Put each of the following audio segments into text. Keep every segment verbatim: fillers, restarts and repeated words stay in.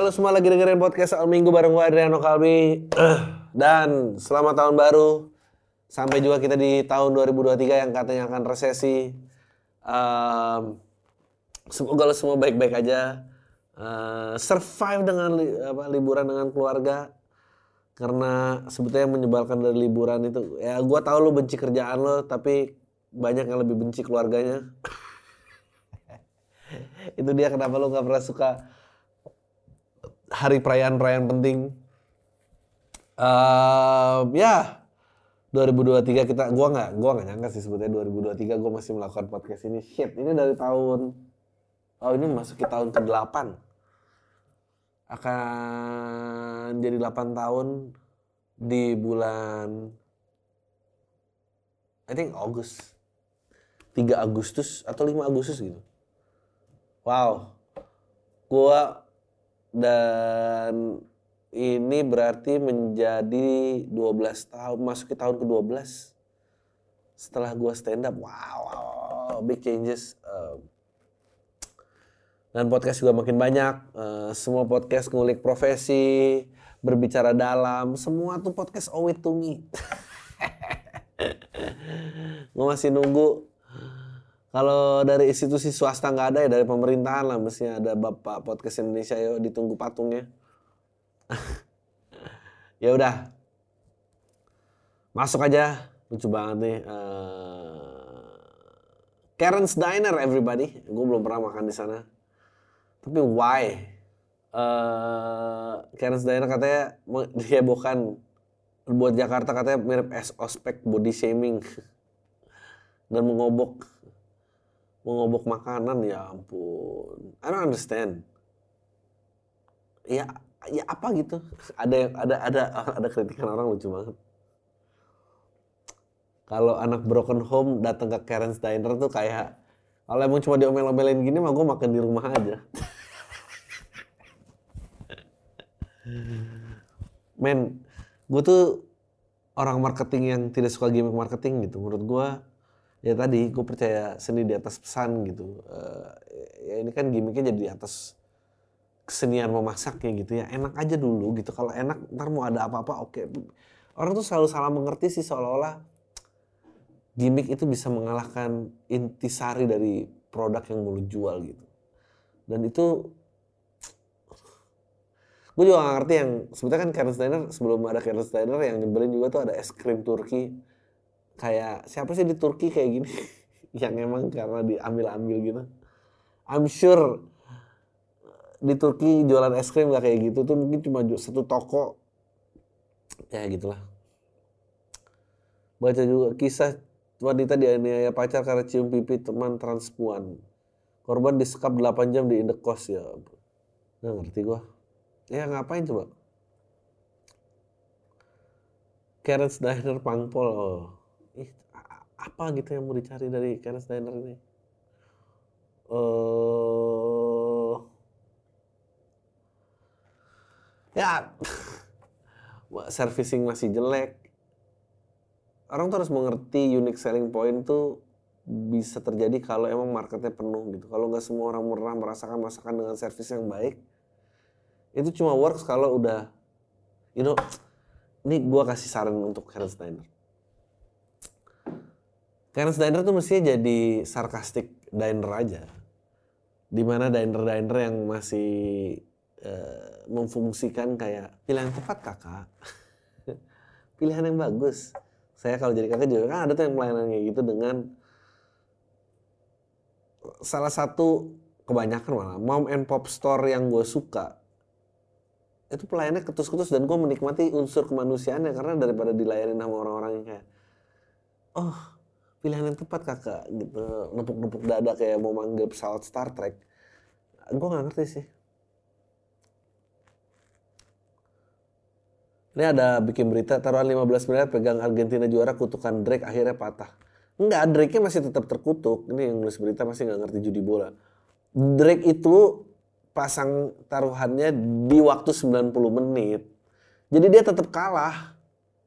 Halo semua, lagi dengerin podcast Al Minggu bareng gue Adriano Kalbi. Dan selamat tahun baru. Sampai juga kita di tahun dua ribu dua puluh tiga yang katanya akan resesi. Um, semoga lo semua baik-baik aja. Uh, survive dengan li, apa, liburan dengan keluarga. Karena sebetulnya yang menyebalkan dari liburan itu, ya gue tahu lo benci kerjaan lo, tapi banyak yang lebih benci keluarganya. Itu dia kenapa lo gak pernah suka hari perayaan-perayaan penting. Uh, ya, dua ribu dua puluh tiga kita, gua nggak, gua nggak nyangka sih sebetulnya dua ribu dua puluh tiga gua masih melakukan podcast ini. Shit, ini dari tahun, oh ini masuk ke tahun kedelapan. Akan jadi delapan tahun di bulan, I think Agustus, tiga Agustus atau lima Agustus gitu. Wow, gua dan ini berarti menjadi dua belas tahun, masuk ke tahun ke dua belas setelah gue stand up. Wow, wow, big changes. Uh, dan podcast juga makin banyak. Uh, semua podcast ngulik profesi, berbicara dalam, semua tuh podcast owe it to me. Gue masih nunggu. Kalau dari institusi swasta nggak ada, ya dari pemerintahan lah. Mestinya ada Bapak Podcast Indonesia, yuk ditunggu patungnya. Ya udah, masuk aja. Lucu banget nih. Uh, Karen's Diner, everybody. Gue belum pernah makan di sana. Tapi why? Uh, Karen's Diner katanya dihebohkan buat Jakarta, katanya mirip es ospek, body shaming dan mengobok, mengobok makanan. Ya ampun, I don't understand. Ya, ya apa gitu? Ada yang ada ada ada kritikan orang lucu banget. Kalau anak broken home datang ke Karen's Diner tuh kayak, kalau emang cuma diomel-omelin gini mah gue makan di rumah aja. Men, gue tuh orang marketing yang tidak suka gimmick marketing gitu. Menurut gue, ya tadi gue percaya seni di atas pesan gitu. Uh, ya ini kan gimmicknya jadi di atas kesenian memasaknya gitu ya. Enak aja dulu gitu. Kalau enak ntar mau ada apa-apa oke. Okay. Orang tuh selalu salah mengerti sih, seolah-olah gimmick itu bisa mengalahkan intisari dari produk yang mau lu jual gitu. Dan itu, gue juga gak ngerti yang, sebetulnya kan Karen's Diner, sebelum ada Karen's Diner yang nyebelin juga tuh ada es krim Turki. Kayak, siapa sih di Turki kayak gini? Yang emang karena diambil-ambil gitu. I'm sure di Turki jualan es krim gak kayak gitu, tuh mungkin cuma satu toko. Ya gitulah. Baca juga kisah wanita dianiaya pacar karena cium pipi teman transpuan. Korban disekap delapan jam di indekos. Ya nggak ngerti gua. Ya ngapain coba? Karen's Diner Pangpol. Oh. Ih, apa gitu yang mau dicari dari Karen's Diner ini? Uh, ya servicing masih jelek. Orang tuh harus mengerti unique selling point tuh bisa terjadi kalau emang marketnya penuh gitu. Kalau nggak semua orang pernah merasakan masakan dengan servis yang baik, itu cuma works kalau udah, you know, ini gue kasih saran untuk Karen's Diner. Karen's Diner tuh mestinya jadi sarcastic diner aja. Dimana diner-diner yang masih uh, memfungsikan kayak pilihan tepat kakak. Pilihan yang bagus. Saya kalau jadi kakak juga kan ada tuh yang pelayanan kayak gitu dengan salah satu, kebanyakan malah mom and pop store yang gue suka. Itu pelayannya ketus-ketus dan gue menikmati unsur kemanusiaannya karena daripada dilayanin sama orang-orang yang kayak, oh pilihan yang tepat kakak gitu, nepuk-nepuk dada kayak mau manggil pesawat Star Trek. Gue nggak ngerti sih. Ini ada bikin berita, taruhan lima belas miliar pegang Argentina juara, kutukan Drake akhirnya patah. Enggak, Drake-nya masih tetap terkutuk. Ini yang nulis berita masih nggak ngerti judi bola. Drake itu pasang taruhannya di waktu sembilan puluh menit. Jadi dia tetap kalah.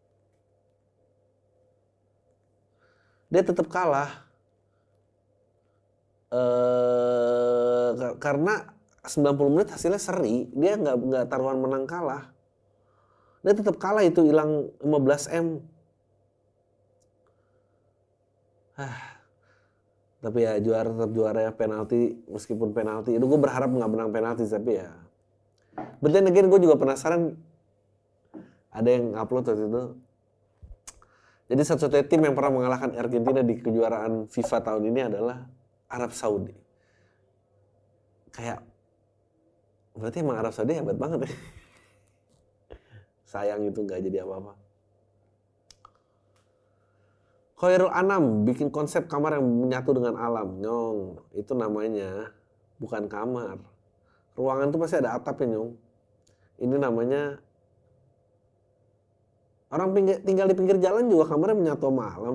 Dia tetap kalah. Uh, karena sembilan puluh menit hasilnya seri, dia nggak nggak taruhan menang kalah. Dia tetap kalah itu hilang lima belas M. Ah, tapi ya juara tetap juara ya penalti meskipun penalti. Itu gue berharap nggak menang penalti tapi ya. But then again gue juga penasaran ada yang upload waktu itu. Jadi satu-satunya tim yang pernah mengalahkan Argentina di kejuaraan FIFA tahun ini adalah Arab Saudi. Kayak berarti emang Arab Saudi hebat banget ya. Sayang itu nggak jadi apa-apa. Khairul Anam bikin konsep kamar yang menyatu dengan alam. Nyong, itu namanya bukan kamar. Ruangan tuh pasti ada atapnya, Nyong. Ini namanya orang pinggir, tinggal di pinggir jalan juga kamarnya menyatu sama alam.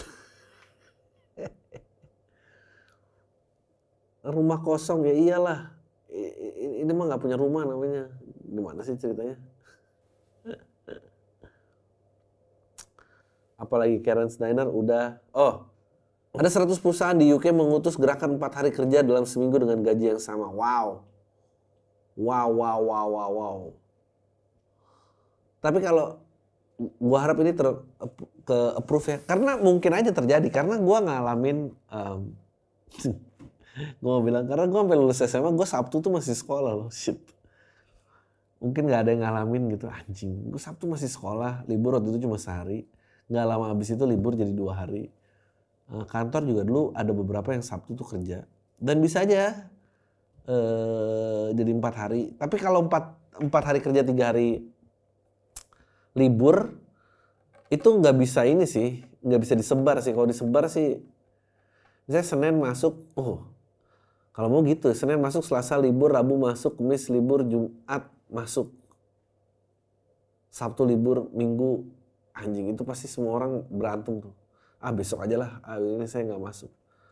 Rumah kosong ya iyalah. Ini mah nggak punya rumah namanya. Gimana sih ceritanya? Apalagi Karen Steiner udah. Oh, ada seratus perusahaan di U K mengutus gerakan empat hari kerja dalam seminggu dengan gaji yang sama. Wow. Wow, wow, wow, wow, wow. Tapi kalau gua harap ini ter, ke approve ya. Karena mungkin aja terjadi. Karena gua ngalamin. Um, gue mau bilang, karena gue sampai lulus S M A, gue Sabtu tuh masih sekolah loh. Shit. Mungkin gak ada yang ngalamin gitu. Anjing, gue Sabtu masih sekolah. Libur waktu itu cuma sehari. Gak lama abis itu libur jadi dua hari. Uh, kantor juga dulu ada beberapa yang Sabtu tuh kerja. Dan bisa aja uh, jadi empat hari. Tapi kalau empat, empat hari kerja, tiga hari libur, itu gak bisa ini sih. Gak bisa disebar sih. Kalau disebar sih, misalnya Senin masuk, oh kalau mau gitu, Senin masuk, Selasa libur, Rabu masuk, Kamis libur, Jumat masuk. Sabtu libur, Minggu, anjing itu pasti semua orang berantem tuh. Ah besok aja lah, ah, ini saya nggak masuk.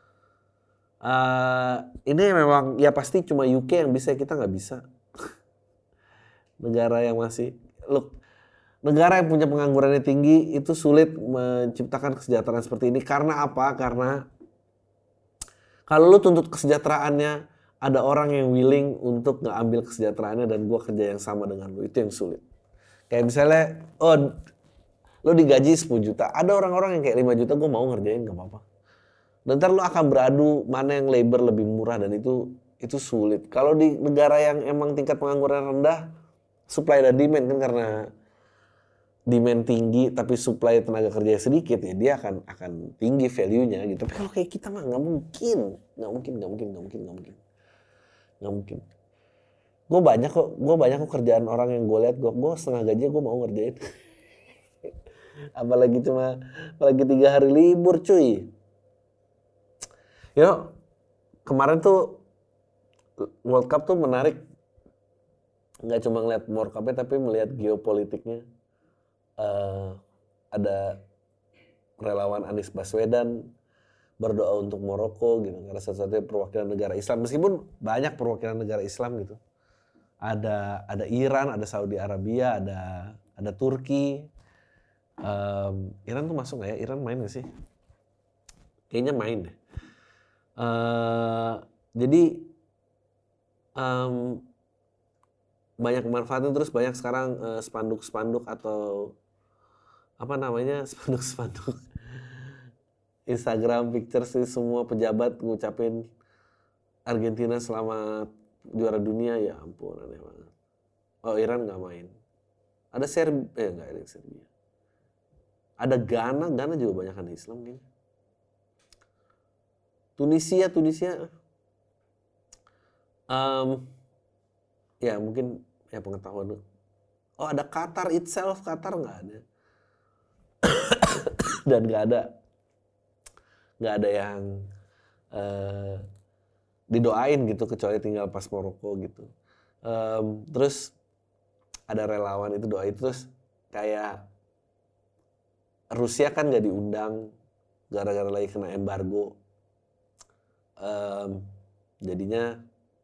Uh, ini memang ya pasti cuma U K yang bisa, kita nggak bisa. Negara yang masih, look, negara yang punya penganggurannya tinggi itu sulit menciptakan kesejahteraan seperti ini. Karena apa? Karena kalau lu tuntut kesejahteraannya, ada orang yang willing untuk ngambil kesejahteraannya dan gua kerja yang sama dengan lu. Itu yang sulit. Kayak misalnya, oh lu digaji sepuluh juta. Ada orang-orang yang kayak lima juta, gua mau ngerjain gak apa-apa. Dan ntar lu akan beradu mana yang labor lebih murah dan itu itu sulit. Kalau di negara yang emang tingkat pengangguran rendah, supply dan demand kan karena demand tinggi tapi supply tenaga kerja sedikit ya dia akan akan tinggi value-nya gitu. Tapi kalau kayak kita mah nggak mungkin, nggak mungkin, nggak mungkin, nggak mungkin, nggak mungkin, nggak mungkin. Gue banyak kok, gue banyak kok kerjaan orang yang gue lihat, gue gue setengah gaji gue mau ngerjain. apalagi cuma, apalagi tiga hari libur cuy. Yo, kemarin tuh World Cup tuh menarik. Nggak cuma ngeliat World Cup-nya tapi melihat geopolitiknya. Uh, ada relawan Anies Baswedan berdoa untuk Maroko gitu karena satu-satunya perwakilan negara Islam, meskipun banyak perwakilan negara Islam gitu. Ada ada Iran, ada Saudi Arabia, ada ada Turki. Um, Iran tuh masuk nggak ya? Iran main nggak sih? Kayaknya main deh. Uh, jadi um, banyak manfaatnya, terus banyak sekarang uh, spanduk-spanduk atau apa namanya spanduk-spanduk Instagram pictures sih, semua pejabat ngucapin Argentina selamat juara dunia. Ya ampun, aneh banget. Oh, Iran nggak main. Ada Serbia, eh nggak ada Serbia. Ada Ghana, Ghana juga banyak kan Islam kayaknya. Tunisia, Tunisia. Um, ya mungkin ya pengetahuan. Oh ada Qatar itself, Qatar nggak ada. Dan nggak ada nggak ada yang uh, didoain gitu kecuali tinggal pas Maroko gitu. Um, terus ada relawan itu doa itu, terus kayak Rusia kan nggak diundang gara-gara lagi kena embargo. Um, jadinya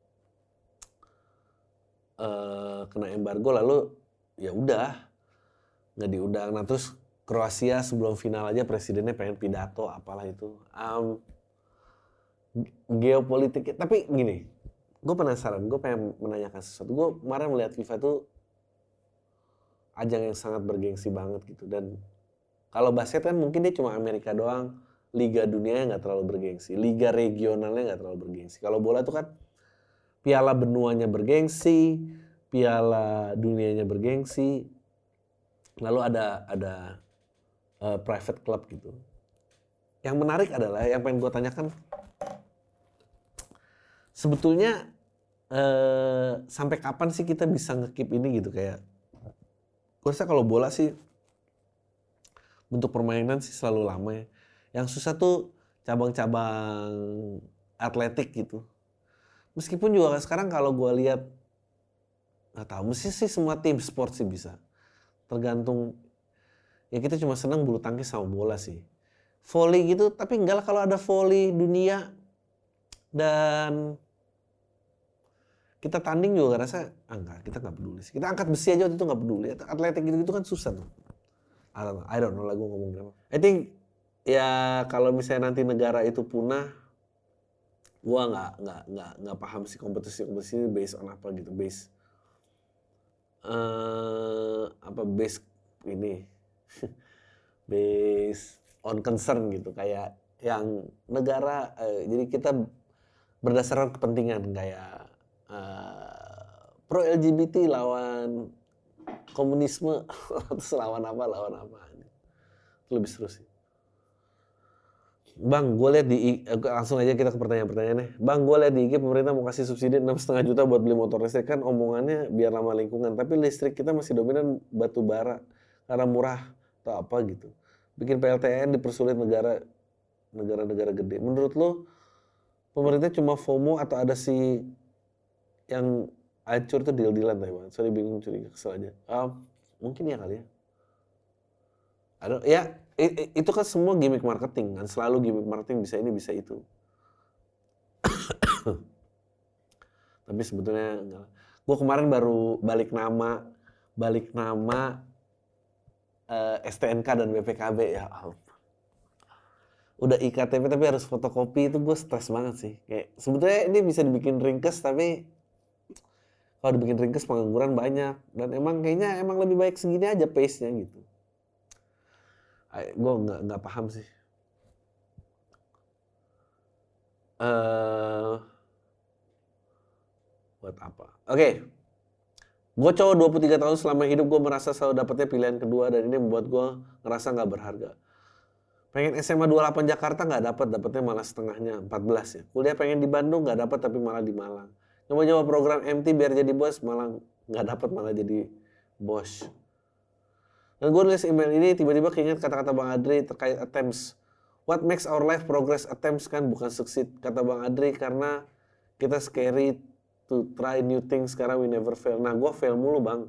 uh, kena embargo lalu ya udah nggak diundang. Nah terus Kroasia sebelum final aja presidennya pengen pidato apalah itu. Um, geopolitik, tapi gini, gue penasaran, gue pengen menanyakan sesuatu. Gue kemarin melihat FIFA tuh ajang yang sangat bergengsi banget gitu. Dan kalau basket kan mungkin dia cuma Amerika doang, liga dunianya nggak terlalu bergengsi, liga regionalnya nggak terlalu bergengsi. Kalau bola tuh kan piala benuanya bergengsi, piala dunianya bergengsi, lalu ada ada uh, private club gitu. Yang menarik adalah yang pengen gue tanyakan, sebetulnya uh, sampai kapan sih kita bisa nge-keep ini gitu, kayak gue rasa kalau bola sih bentuk permainan sih selalu lama ya. Yang susah tuh cabang-cabang atletik gitu. Meskipun juga sekarang kalau gue lihat, nggak tahu, mesti sih semua tim sport sih bisa. Tergantung, ya kita cuma senang bulu tangkis sama bola sih. Volley gitu, tapi enggak lah kalau ada volley dunia dan kita tanding juga rasa, ah enggak, kita nggak peduli sih. Kita angkat besi aja waktu itu nggak peduli. Atletik gitu-gitu kan susah tuh. I don't know, I don't know lah gue ngomong apa. I think ya kalau misalnya nanti negara itu punah, gue nggak nggak nggak nggak paham sih kompetisi kompetisi ini based on apa gitu, based uh, apa based ini based on concern gitu, kayak yang negara uh, jadi kita berdasarkan kepentingan kayak uh, pro L G B T lawan komunisme terus lawan apa lawan apa itu lebih seru sih. Bang, gue lihat di langsung aja kita ke pertanyaan-pertanyaannya. Bang, gue lihat di I G pemerintah mau kasih subsidi enam koma lima juta buat beli motor listrik, kan omongannya biar ramah lingkungan, tapi listrik kita masih dominan batu bara karena murah atau apa gitu. Bikin P L T N dipersulit negara negara-negara gede. Menurut lo pemerintah cuma FOMO atau ada si yang hancur tuh deal-dealan tadi Bang? Sorry bingung, curiga, kesel aja. Uh, mungkin ya kali ya. Ada ya. Itu kan semua gimmick marketing kan, selalu gimmick marketing bisa ini bisa itu. Tapi sebetulnya enggak. Gue kemarin baru balik nama, balik nama uh, S T N K dan B P K B ya. Udah I K T P tapi harus fotokopi, itu gue stres banget sih. Kayak sebetulnya ini bisa dibikin ringkes, tapi kalau dibikin ringkes pengangguran banyak, dan emang kayaknya emang lebih baik segini aja pace-nya gitu. Gue nggak nggak paham sih. Uh, buat apa? Oke, okay. Gue cowok dua puluh tiga tahun, selama hidup gue merasa selalu dapetnya pilihan kedua dan ini membuat gue ngerasa nggak berharga. Pengen S M A dua puluh delapan Jakarta nggak dapat, dapetnya malah setengahnya empat belas ya. Kuliah pengen di Bandung nggak dapat tapi malah di Malang. Nyoba-nyoba program M T biar jadi bos, malah nggak dapat, malah jadi bos. Dan gue nulis email ini tiba-tiba keinget kata-kata Bang Adri terkait attempts. What makes our life progress? Attempts kan bukan succeed. Kata Bang Adri karena kita scary to try new things, sekarang we never fail. Nah gue fail mulu Bang.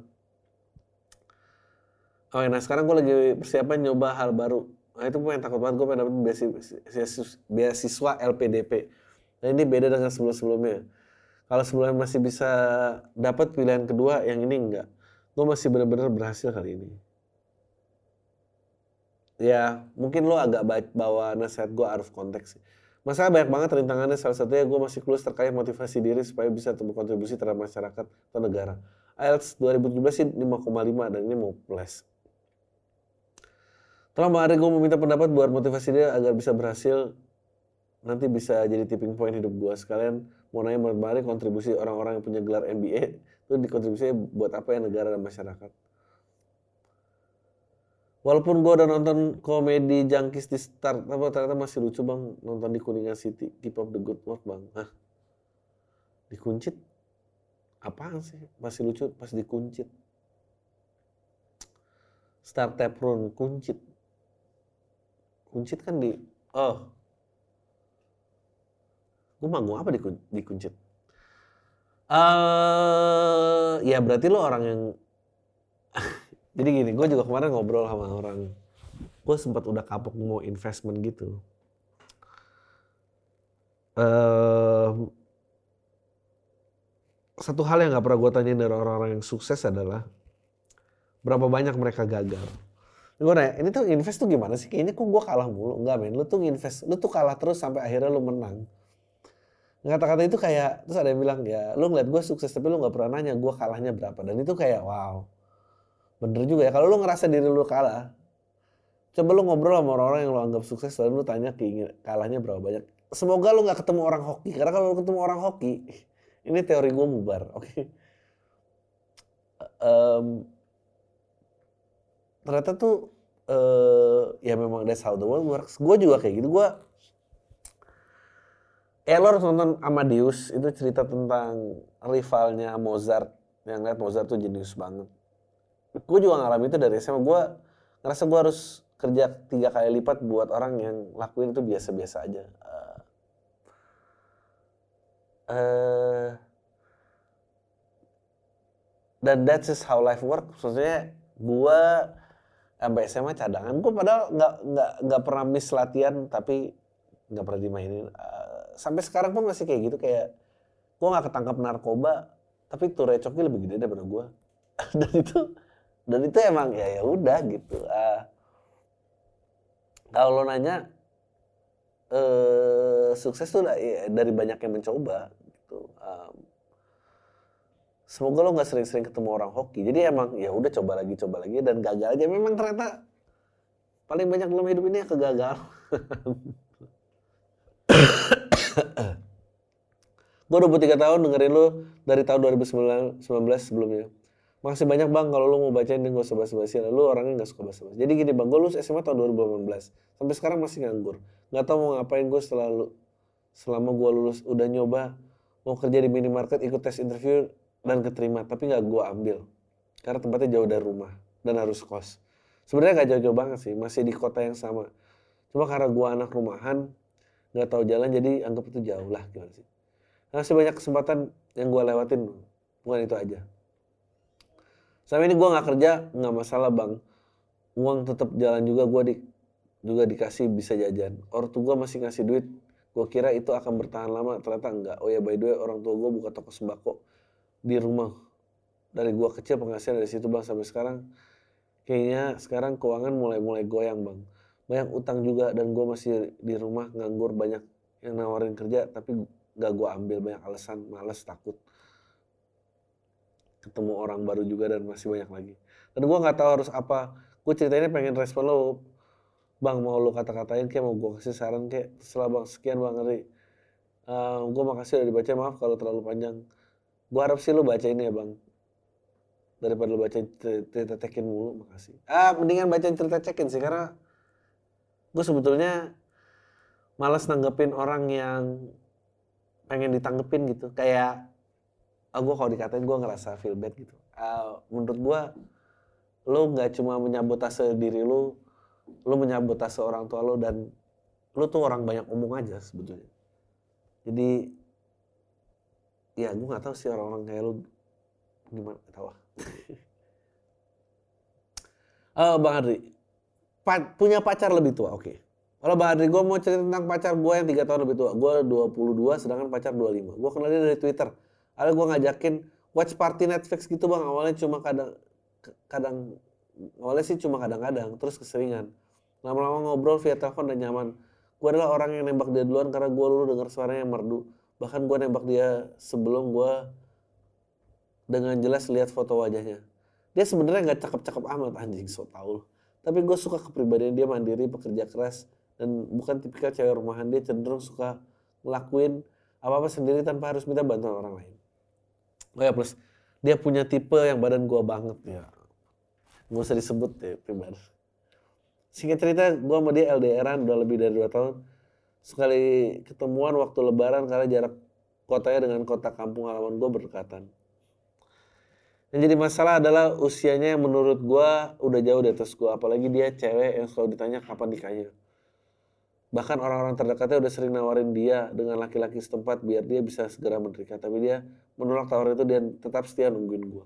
Oke, nah sekarang gue lagi persiapan nyoba hal baru. Nah itu pengen takut banget, gue pengen dapet beasiswa, beasiswa L P D P. Nah ini beda dengan sebelum-sebelumnya. Kalau sebelumnya masih bisa dapat pilihan kedua, yang ini enggak. Gue masih benar-benar berhasil kali ini. Ya, mungkin lo agak bawa nasihat gue out of context sih. Masalah banyak banget rintangannya, salah satunya gue masih clueless terkait motivasi diri supaya bisa berkontribusi terhadap masyarakat atau negara. I E L T S dua ribu tujuh belas sih lima koma lima dan ini mau plus. Tolong Bang Adri, gue meminta pendapat buat motivasi dia agar bisa berhasil, nanti bisa jadi tipping point hidup gue. Sekalian mau nanya menurut Bang Adri, kontribusi orang-orang yang punya gelar M B A itu dikontribusinya buat apa ya negara dan masyarakat. Walaupun gue udah nonton komedi Junkies di Start, apa ternyata masih lucu Bang nonton di Kuningan City. Keep up the good work Bang. Hah? Dikuncit? Apaan sih? Masih lucu pas dikuncit. Star Tap Run, kuncit. Kuncit kan di... Oh. Gue manggung apa dikuncit? Uh, ya berarti lo orang yang... Jadi gini, gue juga kemarin ngobrol sama orang, gue sempat udah kapok mau investment gitu. Uh, satu hal yang gak pernah gue tanyain dari orang-orang yang sukses adalah berapa banyak mereka gagal. Gue nanya, ini tuh invest tuh gimana sih? Kayaknya kok gue kalah mulu. Enggak men, lu tuh invest, lu tuh kalah terus sampai akhirnya lu menang. Kata-kata itu kayak, terus ada yang bilang, ya lu ngeliat gue sukses tapi lu gak pernah nanya gue kalahnya berapa. Dan itu kayak wow, bener juga ya. Kalau lu ngerasa diri lu kalah, coba lu ngobrol sama orang-orang yang lu anggap sukses dan lu tanya keingin kalahnya berapa banyak. Semoga lu gak ketemu orang hoki, karena kalau lu ketemu orang hoki, ini teori gue bubar, oke. Okay? Um, ternyata tuh, uh, ya memang that's how the world works. Gue juga kayak gitu, gue Eh lo harus nonton Amadeus, itu cerita tentang rivalnya Mozart. Yang lihat Mozart tuh jenius banget. Gue juga ngalamin itu dari S M A. Gue ngerasa gue harus kerja tiga kali lipat buat orang yang lakuin itu biasa-biasa aja. Uh, uh, dan that's just how life works. Maksudnya gue sampai S M A cadangan. Gue padahal nggak nggak nggak pernah miss latihan, tapi nggak pernah dimainin. Uh, sampai sekarang pun masih kayak gitu, kayak gue nggak ketangkap narkoba, tapi tuh recoknya lebih gede daripada gue. dan itu dan itu emang ya ya udah gitu. Uh, kalau lo nanya uh, sukses tuh ya, dari banyak yang mencoba. Gitu. Um, semoga lo nggak sering-sering ketemu orang hoki. Jadi emang ya udah coba lagi coba lagi dan gagal aja. Memang ternyata paling banyak dalam hidup ini ya kegagalan. Gue dua puluh tiga tahun dengerin lu dari tahun dua ribu sembilan belas sebelumnya. Makasih banyak bang, kalau lu mau bacain dia gak usah basa-basi. Lu orangnya gak suka basa-basi. Jadi gini bang, gue lulus S M A tahun dua ribu delapan belas. Sampai sekarang masih nganggur. Gak tau mau ngapain gue setelah lu, selama gue lulus. Udah nyoba mau kerja di minimarket, ikut tes interview dan keterima. Tapi gak gue ambil. Karena tempatnya jauh dari rumah dan harus kos. Sebenarnya gak jauh-jauh banget sih, masih di kota yang sama. Cuma karena gue anak rumahan, gak tahu jalan, jadi anggap itu jauh lah. Gimana sih? Masih banyak kesempatan yang gue lewatin, bukan itu aja. Selama ini gue nggak kerja, nggak masalah bang. Uang tetap jalan juga, gue di, juga dikasih bisa jajan. Ortu gue masih ngasih duit, gue kira itu akan bertahan lama, ternyata enggak. Oh ya by the way, orang tua gue buka toko sembako di rumah. Dari gue kecil penghasilan dari situ bang sampai sekarang. Kayaknya sekarang keuangan mulai-mulai goyang bang. Banyak utang juga dan gue masih di rumah nganggur, banyak yang nawarin kerja tapi gak gue ambil, banyak alasan, malas, takut ketemu orang baru juga dan masih banyak lagi. Dan gue nggak tahu harus apa. Gue ceritainnya pengen respon lo, bang mau lo kata-katain kayak mau gue kasih saran kayak terserah bang. Sekian bang Ngeri. Uh, gue makasih udah dibaca, maaf kalau terlalu panjang. Gue harap sih lo bacain ya bang. Daripada lo bacain cerita cekin mulu, makasih. Ah mendingan bacain cerita cekin sih karena gue sebetulnya malas nanggepin orang yang pengen ditanggepin gitu. Kayak oh, gue kalau dikatain gue ngerasa feel bad gitu. Uh, menurut gue, lo nggak cuma menyabotase diri lo, lo menyabotase orang tua lo dan lo tuh orang banyak omong aja sebetulnya. Jadi, ya gue nggak tahu sih orang-orang kayak lo gimana, nggak tahu. uh, Bang Adri, pa- punya pacar lebih tua, oke. Okay. Kalau Bang Adri, gue mau cerita tentang pacar gue yang tiga tahun lebih tua. Gue dua puluh dua, sedangkan pacar dua puluh lima. Gue kenal dia dari Twitter. Ada gue ngajakin watch party Netflix gitu bang. Awalnya cuma kadang, kadang awalnya sih cuma kadang-kadang, terus keseringan. Lama-lama ngobrol via telepon dan nyaman. Gue adalah orang yang nembak dia duluan karena gue dulu dengar suaranya yang merdu. Bahkan gue nembak dia sebelum gue dengan jelas lihat foto wajahnya. Dia sebenarnya nggak cakep-cakep amat, anjing so tau. Tapi gue suka kepribadian dia, mandiri, pekerja keras, dan bukan tipikal cewek rumahan. Dia cenderung suka ngelakuin apa-apa sendiri tanpa harus minta bantuan orang lain. Oh ya plus, dia punya tipe yang badan gue banget ya. Gak usah disebut ya, pribadi. Singkat cerita, gue sama dia L D R-an udah lebih dari dua tahun. Sekali ketemuan waktu lebaran karena jarak kotanya dengan kota kampung halaman gue berdekatan. Yang jadi masalah adalah usianya yang menurut gue udah jauh di atas gue. Apalagi dia cewek yang selalu ditanya kapan nikahnya. Bahkan orang-orang terdekatnya udah sering nawarin dia dengan laki-laki setempat biar dia bisa segera menikah. Tapi dia menolak tawaran itu dan tetap setia nungguin gue.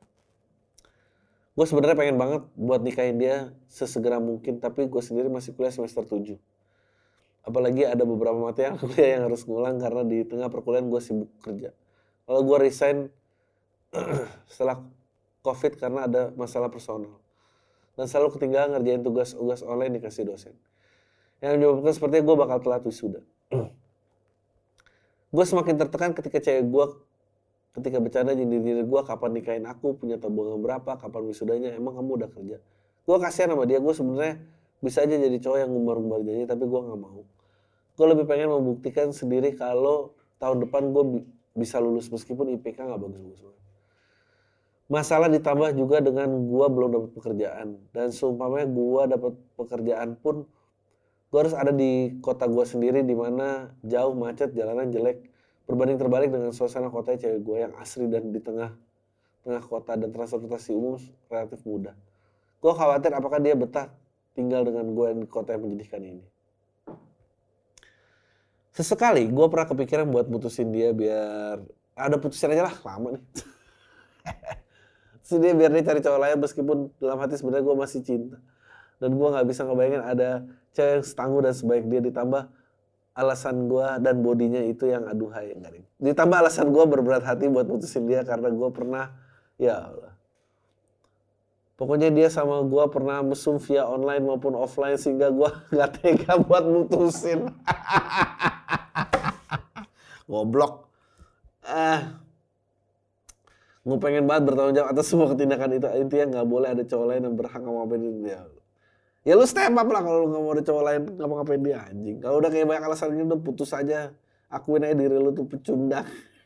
Gue sebenarnya pengen banget buat nikahin dia sesegera mungkin, tapi gue sendiri masih kuliah semester tujuh. Apalagi ada beberapa materi kuliah yang harus ngulang karena di tengah perkuliahan gue sibuk kerja. Kalau gue resign setelah COVID karena ada masalah personal. Dan selalu ketinggalan ngerjain tugas-tugas online dikasih dosen. Yang menyebabkan sepertinya gue bakal telat wisuda. Gue semakin tertekan ketika cewek gue ketika bercanda nyindir-nyindir gue, kapan nikahin aku, punya tabungan berapa, kapan wisudanya, emang kamu udah kerja. Gue kasihan sama dia, gue sebenarnya bisa aja jadi cowok yang ngumbar-ngumbar janji, tapi gue nggak mau. Gue lebih pengen membuktikan sendiri kalau tahun depan gue bi- bisa lulus meskipun I P K nggak bagus-bagus banget. Masalah ditambah juga dengan gue belum dapat pekerjaan, dan seumpamanya gue dapat pekerjaan pun gue harus ada di kota gue sendiri di mana jauh, macet, jalanan jelek. Berbanding terbalik dengan suasana kotanya cewek gue yang asri dan di tengah tengah kota dan transportasi umum relatif mudah. Gue khawatir apakah dia betah tinggal dengan gue di kota yang menyedihkan ini. Sesekali gue pernah kepikiran buat putusin dia biar ada putusin aja lah, lama nih. Terus dia biar dia cari cowok lain meskipun dalam hati sebenarnya gue masih cinta. Dan gue nggak bisa ngebayangin ada cewek yang setangguh dan sebaik dia, ditambah alasan gue dan bodinya itu yang aduhai. Enggak, ditambah alasan gue berberat hati buat putusin dia karena gue pernah, ya Allah. Pokoknya dia sama gue pernah mesum via online maupun offline sehingga gue gak tega buat mutusin. Goblok. Ah, gue pengen banget bertanggung jawab atas semua ketindakan itu. Intinya gak boleh ada cowok lain yang berhak ngapain dia. Ya lu step up lah kalau lu gak mau ada cowok lain ngapa-ngapain dia, anjing. Kalau udah kayak banyak alasan gitu, udah putus aja. Akuin aja diri lu tuh pecundang.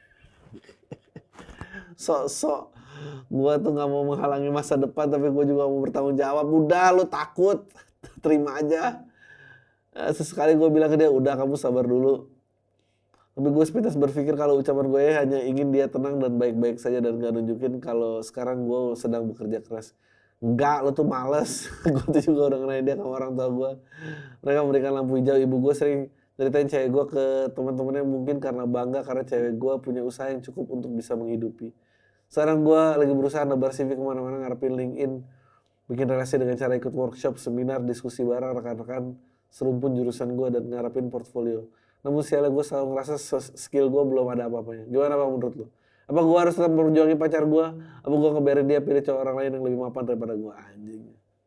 Sok-sok gua tuh gak mau menghalangi masa depan, tapi gua juga mau bertanggung jawab. Udah lu takut, terima aja. Sesekali gua bilang ke dia, udah kamu sabar dulu. Tapi gue sepintas berpikir kalau ucapan gue hanya ingin dia tenang dan baik-baik saja dan gak nunjukin kalau sekarang gue sedang bekerja keras. Enggak, lo tuh males. Gue tuh juga udah kenalin dia sama orang tua gue. Mereka memberikan lampu hijau. Ibu gue sering ceritain cewek gue ke teman-temannya mungkin karena bangga karena cewek gue punya usaha yang cukup untuk bisa menghidupi. Sekarang gue lagi berusaha nebar C V kemana-mana, ngarepin LinkedIn, bikin relasi dengan cara ikut workshop, seminar, diskusi bareng rekan-rekan serumpun jurusan gue dan ngarepin portfolio. Namun sialnya gue selalu ngerasa skill gue belum ada apa-apanya. Gimana bang menurut lo? Apa gue harus tetap memperjuangin pacar gue? Apa gue ngebiarin dia pilih cowok orang lain yang lebih mapan daripada gue? Anjing.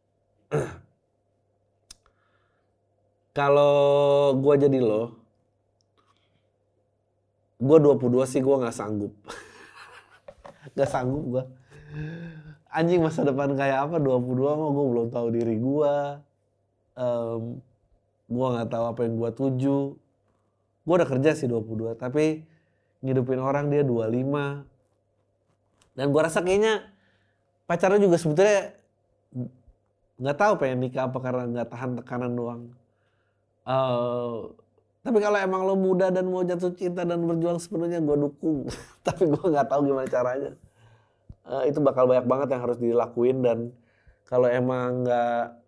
Kalau gue jadi lo, gue dua puluh dua sih gue gak sanggup. Gak sanggup gue. Anjing, masa depan kayak apa dua puluh dua mah gue belum tahu diri gue. Um, gue gak tahu apa yang gue tuju. Gue udah kerja sih dua puluh dua, tapi ngidupin orang dia dua puluh lima. Dan gue rasa kayaknya pacarnya juga sebetulnya gak tahu pengen nikah apa karena gak tahan tekanan doang. Uh, tapi kalau emang lo muda dan mau jatuh cinta dan berjuang sepenuhnya, gue dukung. Tapi gue gak tahu gimana caranya. Uh, itu bakal banyak banget yang harus dilakuin, dan kalau emang gak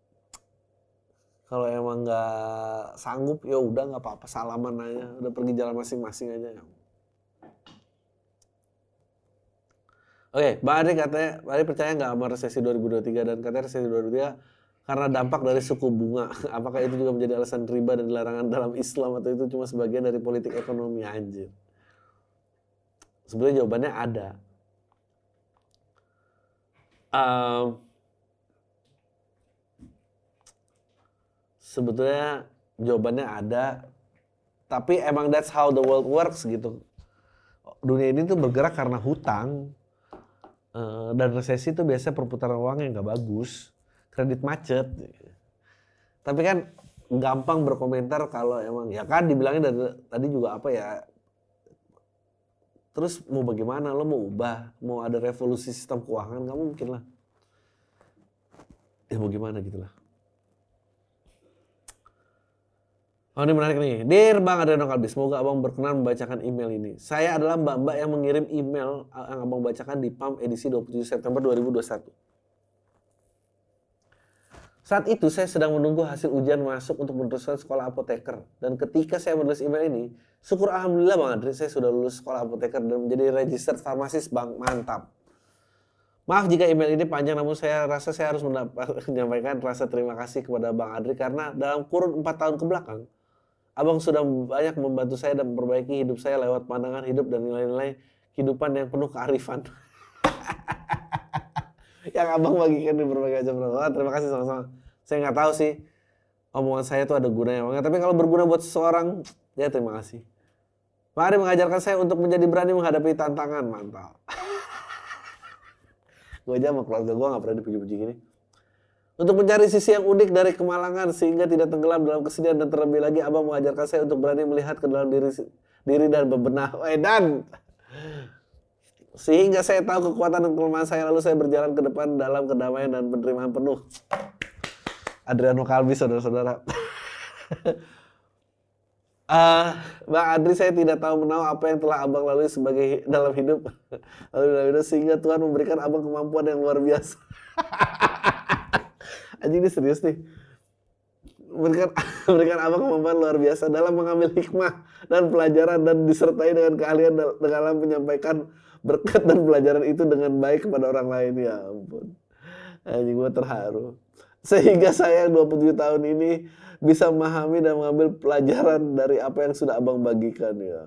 Kalau emang nggak sanggup, ya udah nggak apa-apa, salaman aja, udah pergi jalan masing-masing aja. Oke, Bang Adri katanya, Bang Adri percaya nggak sama resesi dua ribu dua puluh tiga, dan katanya resesi dua ribu dua puluh tiga karena dampak dari suku bunga. Apakah itu juga menjadi alasan riba dan larangan dalam Islam, atau itu cuma sebagian dari politik ekonomi? Anjir. Sebenarnya jawabannya ada. Um, Sebetulnya jawabannya ada, tapi emang that's how the world works gitu. Dunia ini tuh bergerak karena hutang, uh, dan resesi tuh biasanya perputaran uang yang nggak bagus, kredit macet. Tapi kan gampang berkomentar kalau emang, ya kan dibilangin dari tadi juga apa ya, terus mau bagaimana, lo mau ubah, mau ada revolusi sistem keuangan, nggak mungkin lah. Ya mau gimana gitu lah. Oh, ini menarik nih. Dear Bang Adriano Kalbi, semoga abang berkenan membacakan email ini. Saya adalah mbak-mbak yang mengirim email yang abang bacakan di P A M edisi dua puluh tujuh September dua ribu dua puluh satu. Saat itu saya sedang menunggu hasil ujian masuk untuk meneruskan sekolah apoteker. Dan ketika saya menulis email ini, syukur alhamdulillah Bang Adri, saya sudah lulus sekolah apoteker dan menjadi registered pharmacist, Bang. Mantap. Maaf jika email ini panjang, namun saya rasa saya harus menyampaikan rasa terima kasih kepada Bang Adri karena dalam kurun empat tahun ke belakang, abang sudah banyak membantu saya dan memperbaiki hidup saya lewat pandangan hidup dan nilai-nilai kehidupan yang penuh kearifan. Yang abang bagikan di berbagai macam pertemuan. Terima kasih sama-sama. Saya nggak tahu sih omongan saya tuh ada gunanya apa enggak, tapi kalau berguna buat seseorang, ya terima kasih. Bang Adri mengajarkan saya untuk menjadi berani menghadapi tantangan. Mantap. Gue aja sama keluarga gue gak pernah dipuji-puji gini. Untuk mencari sisi yang unik dari kemalangan sehingga tidak tenggelam dalam kesedihan, dan terlebih lagi abang mengajarkan saya untuk berani melihat ke dalam diri diri dan bebenah. Edan. Sehingga saya tahu kekuatan dan kelemahan saya, lalu saya berjalan ke depan dalam kedamaian dan penerimaan penuh. Adriano Kalbi, saudara-saudara. uh, Bang Adri, saya tidak tahu menahu apa yang telah abang lalui sebagai dalam hidup, lalu dalam hidup sehingga Tuhan memberikan abang kemampuan yang luar biasa. Anjing, ini serius nih. Memberikan, memberikan abang kemampuan luar biasa dalam mengambil hikmah dan pelajaran, dan disertai dengan keahlian dalam menyampaikan berkat dan pelajaran itu dengan baik kepada orang lain. Ya ampun. Anjing, gue terharu. Sehingga saya yang dua puluh tujuh tahun ini bisa memahami dan mengambil pelajaran dari apa yang sudah abang bagikan. Ya.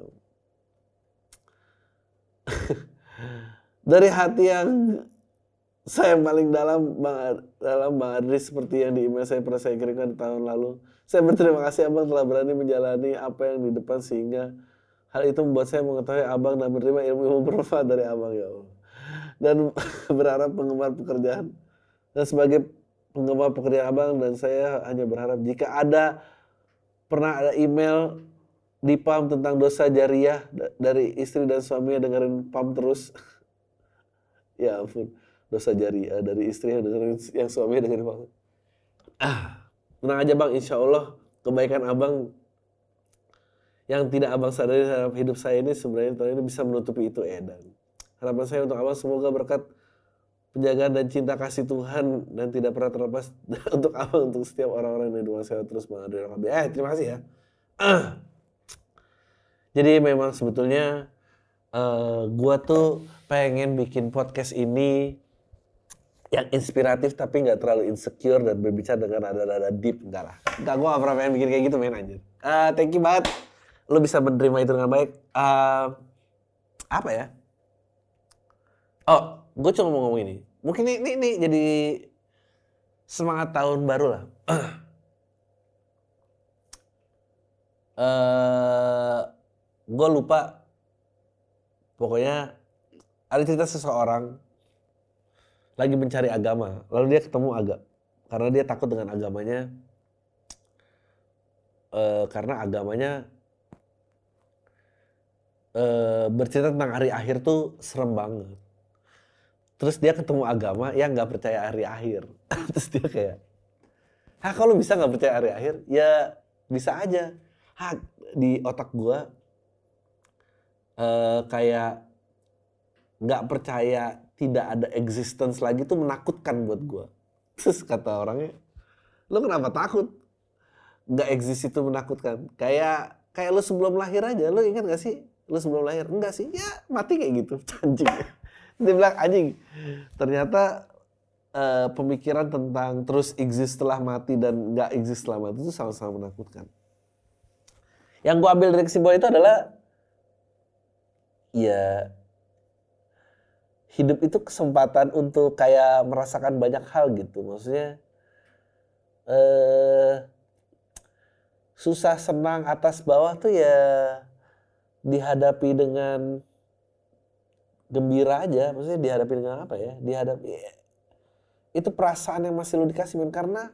Dari hati yang saya paling dalam Bang, dalam Bang Adri, seperti yang di email saya pernah saya kirimkan di tahun lalu. Saya berterima kasih abang telah berani menjalani apa yang di depan, sehingga hal itu membuat saya mengetahui abang dan menerima ilmu-ilmu bermanfaat dari abang, ya Allah. Dan berharap penggemar pekerjaan, dan sebagai penggemar pekerjaan abang, dan saya hanya berharap jika ada pernah ada email di P A M tentang dosa jariah dari istri dan suaminya, dengerin P A M terus. Ya ampun. Dosa jariah dari istri yang dengerin, yang suaminya dengerin banget. Ah, tenang aja bang, insya Allah kebaikan abang yang tidak abang sadari dalam hidup saya ini sebenarnya tahun ini bisa menutupi itu. Edan. Harapan saya untuk abang semoga berkat penjagaan dan cinta kasih Tuhan dan tidak pernah terlepas untuk abang, untuk setiap orang-orang yang hidup saya terus menghadirkan kami. Eh, terima kasih ya. Ah. Jadi memang sebetulnya uh, gua tuh pengen bikin podcast ini yang inspiratif tapi nggak terlalu insecure dan berbicara dengan nada-nada deep. Enggak lah. Enggak, gue gak pernah pengen bikin kayak gitu, men, anjir. Uh, thank you banget. Lo bisa menerima itu dengan baik. Uh, apa ya? Oh, gue cuma mau ngomong ini. Mungkin ini, ini, ini jadi semangat tahun baru lah. uh, gue lupa. Pokoknya ada cerita seseorang lagi mencari agama, lalu dia ketemu agama karena dia takut dengan agamanya, e, karena agamanya e, bercerita tentang hari akhir tuh serem banget. Terus dia ketemu agama yang nggak percaya hari akhir. Terus dia kayak, "Hah, kalau bisa nggak percaya hari akhir?" Ya bisa aja. Hah, di otak gua e, kayak nggak percaya tidak ada existence lagi tuh menakutkan buat gue. Terus kata orangnya, "Lo kenapa takut? Nggak exist itu menakutkan. Kayak kayak lo sebelum lahir aja. Lo ingat gak sih? Lo sebelum lahir? Enggak sih. Ya mati kayak gitu." Anjing. Dia bilang, anjing. Ternyata uh, pemikiran tentang terus exist setelah mati dan nggak exist setelah mati itu sama-sama menakutkan. Yang gue ambil dari kesimpulan itu adalah, ya, hidup itu kesempatan untuk kayak merasakan banyak hal gitu. Maksudnya eh, susah senang atas bawah tuh ya dihadapi dengan gembira aja. Maksudnya dihadapi dengan apa ya? Dihadapi ya, itu perasaan yang masih lo dikasih, men, karena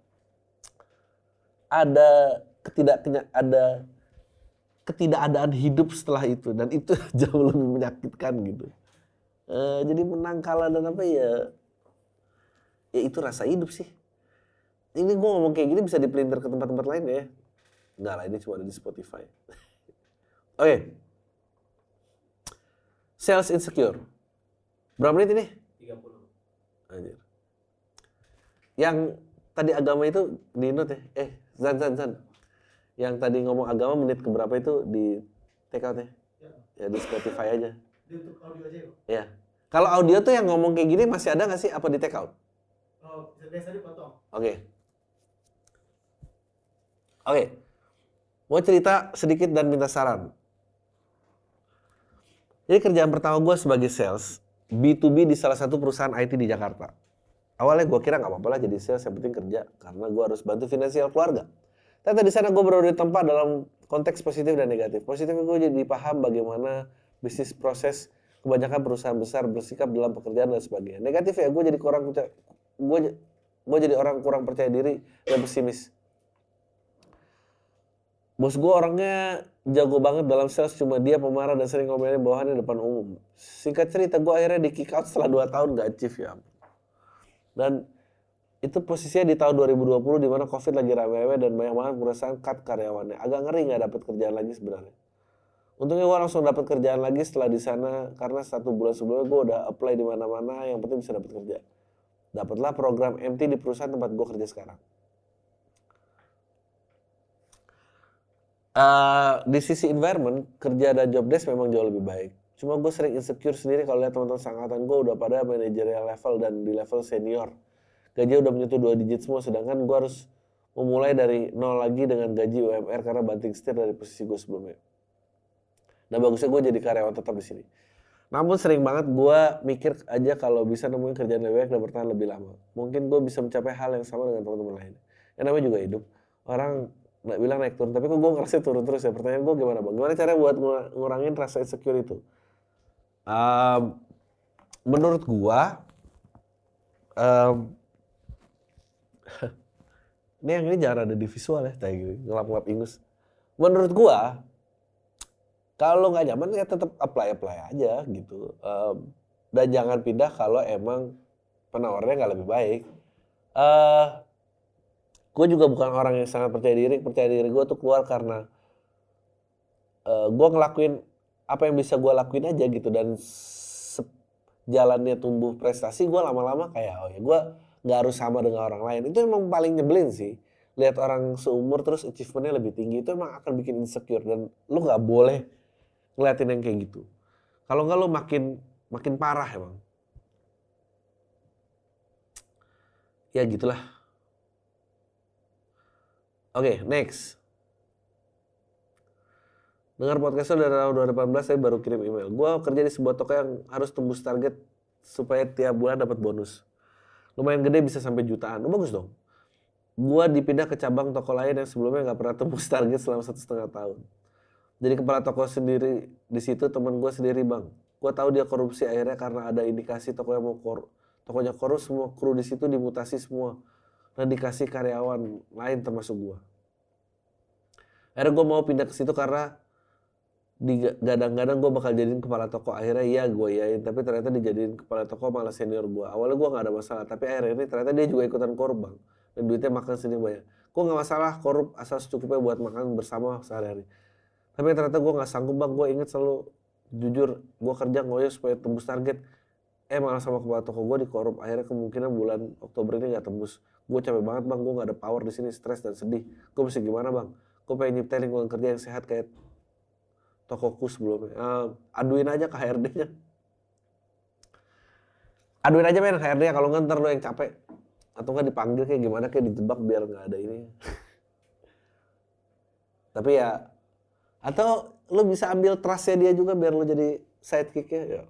ada ketidak ada ketidakadaan hidup setelah itu, dan itu jauh lebih menyakitkan gitu. Uh, jadi menang kalah dan apa ya, ya itu rasa hidup sih. Ini gue ngomong kayak gini bisa dipelintir ke tempat-tempat lain ya? Enggak lah, ini cuma ada di Spotify. Oke. Okay. Sales insecure. Berapa menit ini? tiga puluh. Anjir. Yang tadi agama itu di note ya? Eh, Zan, Zan, Zan. Yang tadi ngomong agama menit keberapa itu di take out ya? Ya, ya di Spotify aja. Di untuk audio aja ya? Ya. Kalau audio tuh yang ngomong kayak gini masih ada nggak sih? Apa di take out? Oh, biasa dipotong. Oke. Okay. Oke. Okay. Mau cerita sedikit dan minta saran. Jadi kerjaan pertama gue sebagai sales B to B di salah satu perusahaan I T di Jakarta. Awalnya gue kira nggak apa-apa lah jadi sales, yang penting kerja karena gue harus bantu finansial keluarga. Tapi di sana gue baru ditempa dalam konteks positif dan negatif. Positifnya gue jadi paham bagaimana bisnis proses kebanyakan perusahaan besar bersikap dalam pekerjaan dan sebagainya. Negatif ya, gue jadi kurang gue gue jadi orang kurang percaya diri dan pesimis. Bos gue orangnya jago banget dalam sales, cuma dia pemarah dan sering ngomelin bawahannya di depan umum. Singkat cerita, gue akhirnya di kick out setelah dua tahun gak achieve ya. Dan itu posisinya di tahun dua ribu dua puluh di mana Covid lagi rame-rame dan banyak banget perusahaan cut karyawannya. Agak ngeri nggak dapat kerjaan lagi sebenarnya. Untungnya gue langsung dapat kerjaan lagi setelah di sana karena satu bulan sebelumnya gue udah apply di mana-mana, yang penting bisa dapat kerja. Dapatlah program M T di perusahaan tempat gue kerja sekarang. Uh, di sisi environment, kerja dan job desk memang jauh lebih baik. Cuma gue sering insecure sendiri kalau lihat teman-teman seangkatan gue udah pada manajerial level dan di level senior. Gaji udah menyentuh dua digit semua, sedangkan gue harus memulai dari nol lagi dengan gaji U M R karena banting setir dari posisi gue sebelumnya. Dan bagusnya gue jadi karyawan tetap di sini. Namun sering banget gue mikir aja kalau bisa nemuin kerjaan lebih baik dan bertahan lebih lama. Mungkin gue bisa mencapai hal yang sama dengan teman-teman lain. Yang namanya juga hidup. Orang nggak bilang naik turun, tapi kok gue ngerasa turun terus ya. Pertanyaan gue gimana bang? Gimana caranya buat ngurangin rasa insecure itu? Um, menurut gue, um, ini yang ini jangan ada di visual ya, kayak gini, ngelap-ngelap ingus. Menurut gue, kalau nggak nyaman ya tetap apply-apply aja gitu. Um, dan jangan pindah kalau emang penawarnya nggak lebih baik. Uh, gue juga bukan orang yang sangat percaya diri. Percaya diri gue tuh keluar karena uh, gue ngelakuin apa yang bisa gue lakuin aja gitu. Dan jalannya tumbuh prestasi, gue lama-lama kayak oh ya gue nggak harus sama dengan orang lain. Itu emang paling nyebelin sih. Lihat orang seumur terus achievementnya lebih tinggi, itu emang akan bikin insecure. Dan lu nggak boleh ngeliatin yang kayak gitu. Kalau nggak lu makin makin parah emang. Ya gitulah. Oke, okay, next. Dengar podcast dari tahun dua ribu delapan belas, saya baru kirim email. Gue kerja di sebuah toko yang harus tembus target supaya tiap bulan dapat bonus. Lumayan gede, bisa sampai jutaan. Oh, bagus dong. Gue dipindah ke cabang toko lain yang sebelumnya nggak pernah tembus target selama satu setengah tahun. Jadi kepala toko sendiri di situ teman gue sendiri bang. Gue tahu dia korupsi akhirnya karena ada indikasi toko yang mau kor, tokonya korup, semua kru di situ dimutasi semua dan dikasih karyawan lain termasuk gue. Akhirnya gue mau pindah ke situ karena digadang-gadang gue bakal jadiin kepala toko. Akhirnya iya gue iyain, tapi ternyata dijadiin kepala toko malah senior gue. Awalnya gue nggak ada masalah, tapi akhirnya ini ternyata dia juga ikutan korup bang. Dan duitnya makan sendiri banyak. Gue nggak masalah korup asal secukupnya buat makan bersama sehari-hari. Tapi ternyata gue gak sanggup bang, gue inget selalu jujur gue kerja ngoyo supaya tembus target. Eh malah sama kepala toko gue dikorup, akhirnya kemungkinan bulan Oktober ini gak tembus. Gue capek banget bang, gue gak ada power di sini, stres dan sedih. Gue mesti gimana bang? Gue pengen nyiptain lingkungan kerja yang sehat kayak tokoku sebelumnya. Uh, aduin aja ke H R D-nya. Aduin aja men H R D-nya, kalau nggak ntar lo yang capek. Atau nggak dipanggil kayak gimana, kayak dijebak biar gak ada ini. Tapi ya, atau lu bisa ambil trustnya dia juga biar lu jadi sidekick-nya. Ya.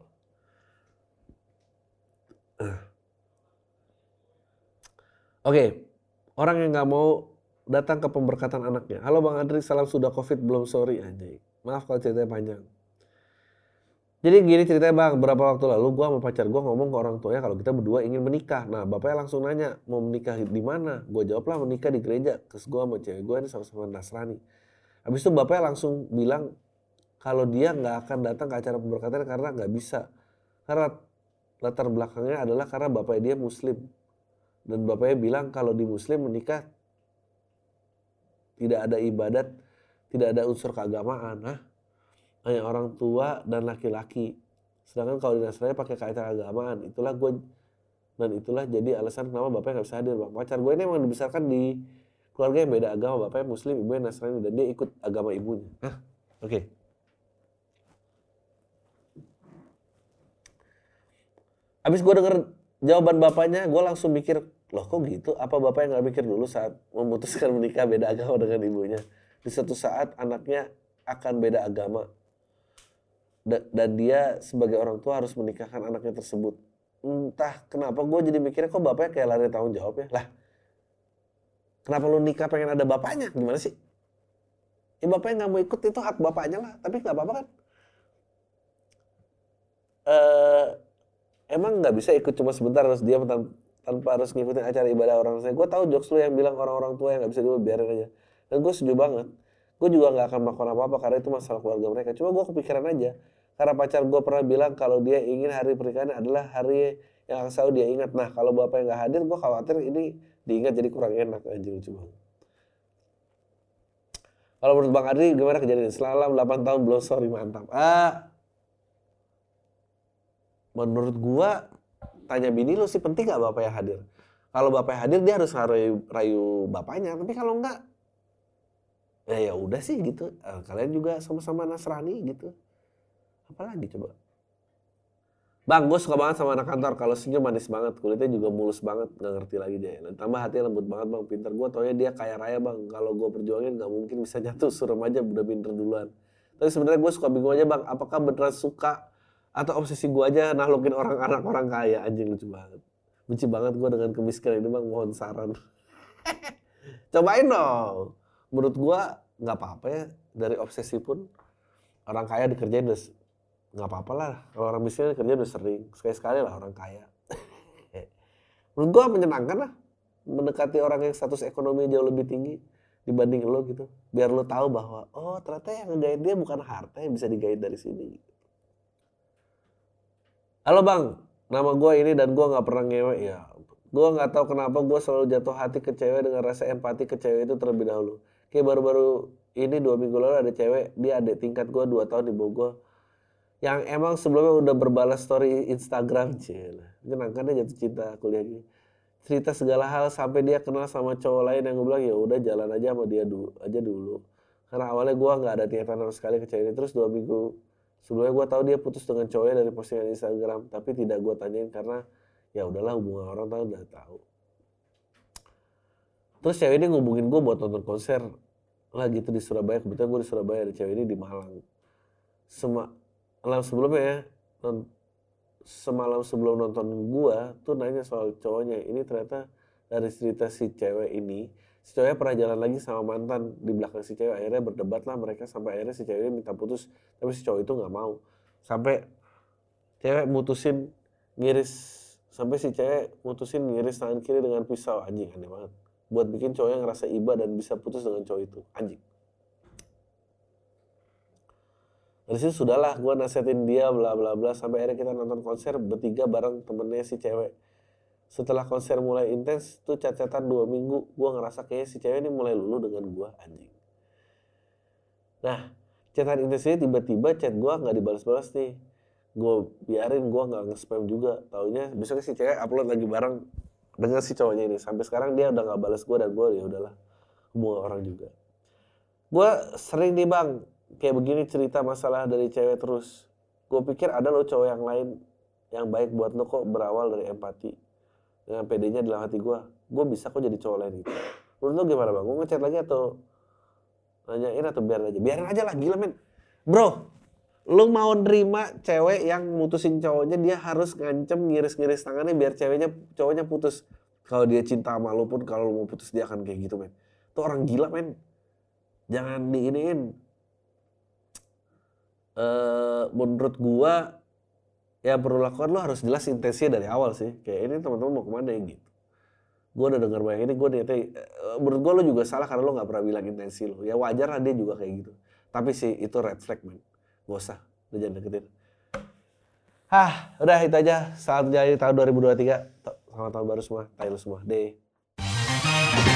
Oke, okay. Orang yang gak mau datang ke pemberkatan anaknya. Halo Bang Andri, salam sudah covid belum, sorry anjay. Maaf kalau ceritanya panjang. Jadi gini ceritanya bang, beberapa waktu lalu gue sama pacar gue ngomong ke orang tuanya kalau kita berdua ingin menikah. Nah bapaknya langsung nanya, mau menikah di mana? Gue jawab lah menikah di gereja. Terus gue sama cewek gue ini sama-sama Nasrani. Habis itu bapaknya langsung bilang kalau dia nggak akan datang ke acara pemberkatan karena nggak bisa. Karena latar belakangnya adalah karena bapaknya dia muslim. Dan bapaknya bilang kalau di muslim menikah tidak ada ibadat, tidak ada unsur keagamaan. Hah? Hanya orang tua dan laki-laki. Sedangkan kalau di Nasrani pakai acara keagamaan. Itulah gue, dan itulah jadi alasan kenapa bapaknya nggak bisa hadir bang. Pacar gue ini emang dibesarkan di keluarga yang beda agama, bapaknya muslim, ibunya Nasrani, dan dia ikut agama ibunya. Hah? Oke. Okay. Abis gue denger jawaban bapaknya, gue langsung mikir, loh kok gitu? Apa bapaknya nggak mikir dulu saat memutuskan menikah beda agama dengan ibunya? Di suatu saat anaknya akan beda agama. Dan dia sebagai orang tua harus menikahkan anaknya tersebut. Entah kenapa gue jadi mikirnya kok bapaknya kayak lari tanggung jawab ya. Lah, kenapa lu nikah pengen ada bapaknya? Gimana sih? Ya bapaknya nggak mau ikut itu hak bapaknya lah, tapi nggak apa-apa kan. Eh, emang nggak bisa ikut cuma sebentar harus diam tan- tanpa harus ngikutin acara ibadah orang saya. Gue tahu jokes lu yang bilang orang-orang tua yang nggak bisa diam biarin aja. Dan gue setuju banget. Gue juga nggak akan melakukan apa-apa karena itu masalah keluarga mereka. Cuma gue kepikiran aja. Karena pacar gue pernah bilang kalau dia ingin hari pernikahannya adalah hari yang selalu dia ingat. Nah kalau bapaknya nggak hadir, gue khawatir ini diingat jadi kurang enak aja lucu banget. Kalau menurut Bang Adri gimana kejadian? Selama delapan tahun belum sorry mantap. Ah, menurut gua tanya bini lu sih penting gak bapaknya hadir. Kalau bapaknya hadir dia harus rayu, rayu bapaknya. Tapi kalau enggak, ya ya udah sih gitu. Eh, kalian juga sama-sama Nasrani gitu. Apalagi coba. Bang, gue suka banget sama anak kantor. Kalau senyum manis banget, kulitnya juga mulus banget, nggak ngerti lagi dia. Tambah hatinya lembut banget bang, pinter. Gue taunya dia kaya raya bang. Kalau gue perjuangin nggak mungkin bisa nyatu, suram aja udah pinter duluan. Tapi sebenarnya gue suka bingung aja bang, apakah beneran suka atau obsesi gue aja nahlukin orang anak orang kaya? Anjing lucu banget. Benci banget gue dengan kemiskinan ini bang, mohon saran. Cobain dong. Menurut gue nggak apa-apa ya, dari obsesi pun orang kaya dikerjain udah nggak apa-apa lah. Kalau orang miskin kerja udah sering, sekali-sekali lah orang kaya. Menurut gue menyenangkan lah mendekati orang yang status ekonomi jauh lebih tinggi dibanding lo gitu. Biar lo tahu bahwa oh ternyata yang ngegait dia bukan harta yang bisa digait dari sini. Halo bang, nama gue ini dan gue nggak pernah ngewe ya. Gue nggak tahu kenapa gue selalu jatuh hati ke cewek dengan rasa empati ke cewek itu terlebih dahulu. Kayak baru-baru ini dua minggu lalu ada cewek, dia adik tingkat gue dua tahun di Bogor. Yang emang sebelumnya udah berbalas story Instagram, cila. Menyenangkan dia jatuh cinta kuliah ini. Cerita segala hal sampai dia kenal sama cowok lain yang gue bilang ya udah jalan aja sama dia dulu aja dulu. Karena awalnya gue nggak ada niatan sama sekali ke cewek ini. Terus dua minggu sebelumnya gue tahu dia putus dengan cowoknya dari postingan Instagram, tapi tidak gue tanyain karena ya udahlah hubungan orang tahu udah tahu. Terus cewek ini ngubungin gue buat nonton konser lah gitu di Surabaya. Kebetulan gue di Surabaya, ada cewek ini di Malang. Sema Malam sebelumnya ya, semalam sebelum nonton gua tuh nanya soal cowoknya. Ini ternyata dari cerita si cewek ini, si ceweknya pernah jalan lagi sama mantan di belakang si cewek. Akhirnya berdebat lah mereka sampai akhirnya si cewek ini minta putus, tapi si cowok itu nggak mau. Sampai cewek mutusin ngiris, sampai si cewek mutusin ngiris tangan kiri dengan pisau. Anjing, aneh banget. Buat bikin cowoknya ngerasa iba dan bisa putus dengan cowok itu. Anjing. Dari situ sudahlah gue nasihatin dia bla bla bla sampai akhirnya kita nonton konser bertiga bareng temennya si cewek. Setelah konser mulai intens tuh chat-chatan dua minggu gue ngerasa kayaknya si cewek ini mulai lulu dengan gue anjing. Nah chatan intens ini tiba-tiba chat gue nggak dibalas-balas nih. Gue biarin gue nggak nge-spam juga. Taunya besoknya si cewek upload lagi bareng dengan si cowoknya ini. Sampai sekarang dia udah nggak balas gue dan gue ya udahlah hubungan orang juga. Gue sering nih bang kayak begini cerita masalah dari cewek terus. Gue pikir ada lo cowok yang lain yang baik buat lo kok berawal dari empati. Dengan pedenya dalam hati gue. Gue bisa kok jadi cowok lain gitu. Menurut lo gimana bang? Gue ngechat lagi atau nanyain atau biarin aja? Biarin aja lah gila men. Bro, lo mau nerima cewek yang mutusin cowoknya dia harus ngancem ngiris-ngiris tangannya biar ceweknya cowoknya putus. Kalau dia cinta sama lo pun kalau lo mau putus dia akan kayak gitu men. Itu orang gila men. Jangan diiniin. Uh, menurut gua ya perlu lakukan lo harus jelas intensinya dari awal sih. Kayak ini teman-teman mau kemana ya gitu. Gua udah denger banyak ini, gua niatnya uh, menurut gua lo juga salah karena lo nggak pernah bilang intensi lo. Ya wajar lah dia juga kayak gitu. Tapi sih itu red flag man. Gak usah, udah jangan deketin. Hah, udah itu aja. Saat jadi tahun dua ribu dua puluh tiga. Selamat tahun baru semua. Tai lo semua. Deh.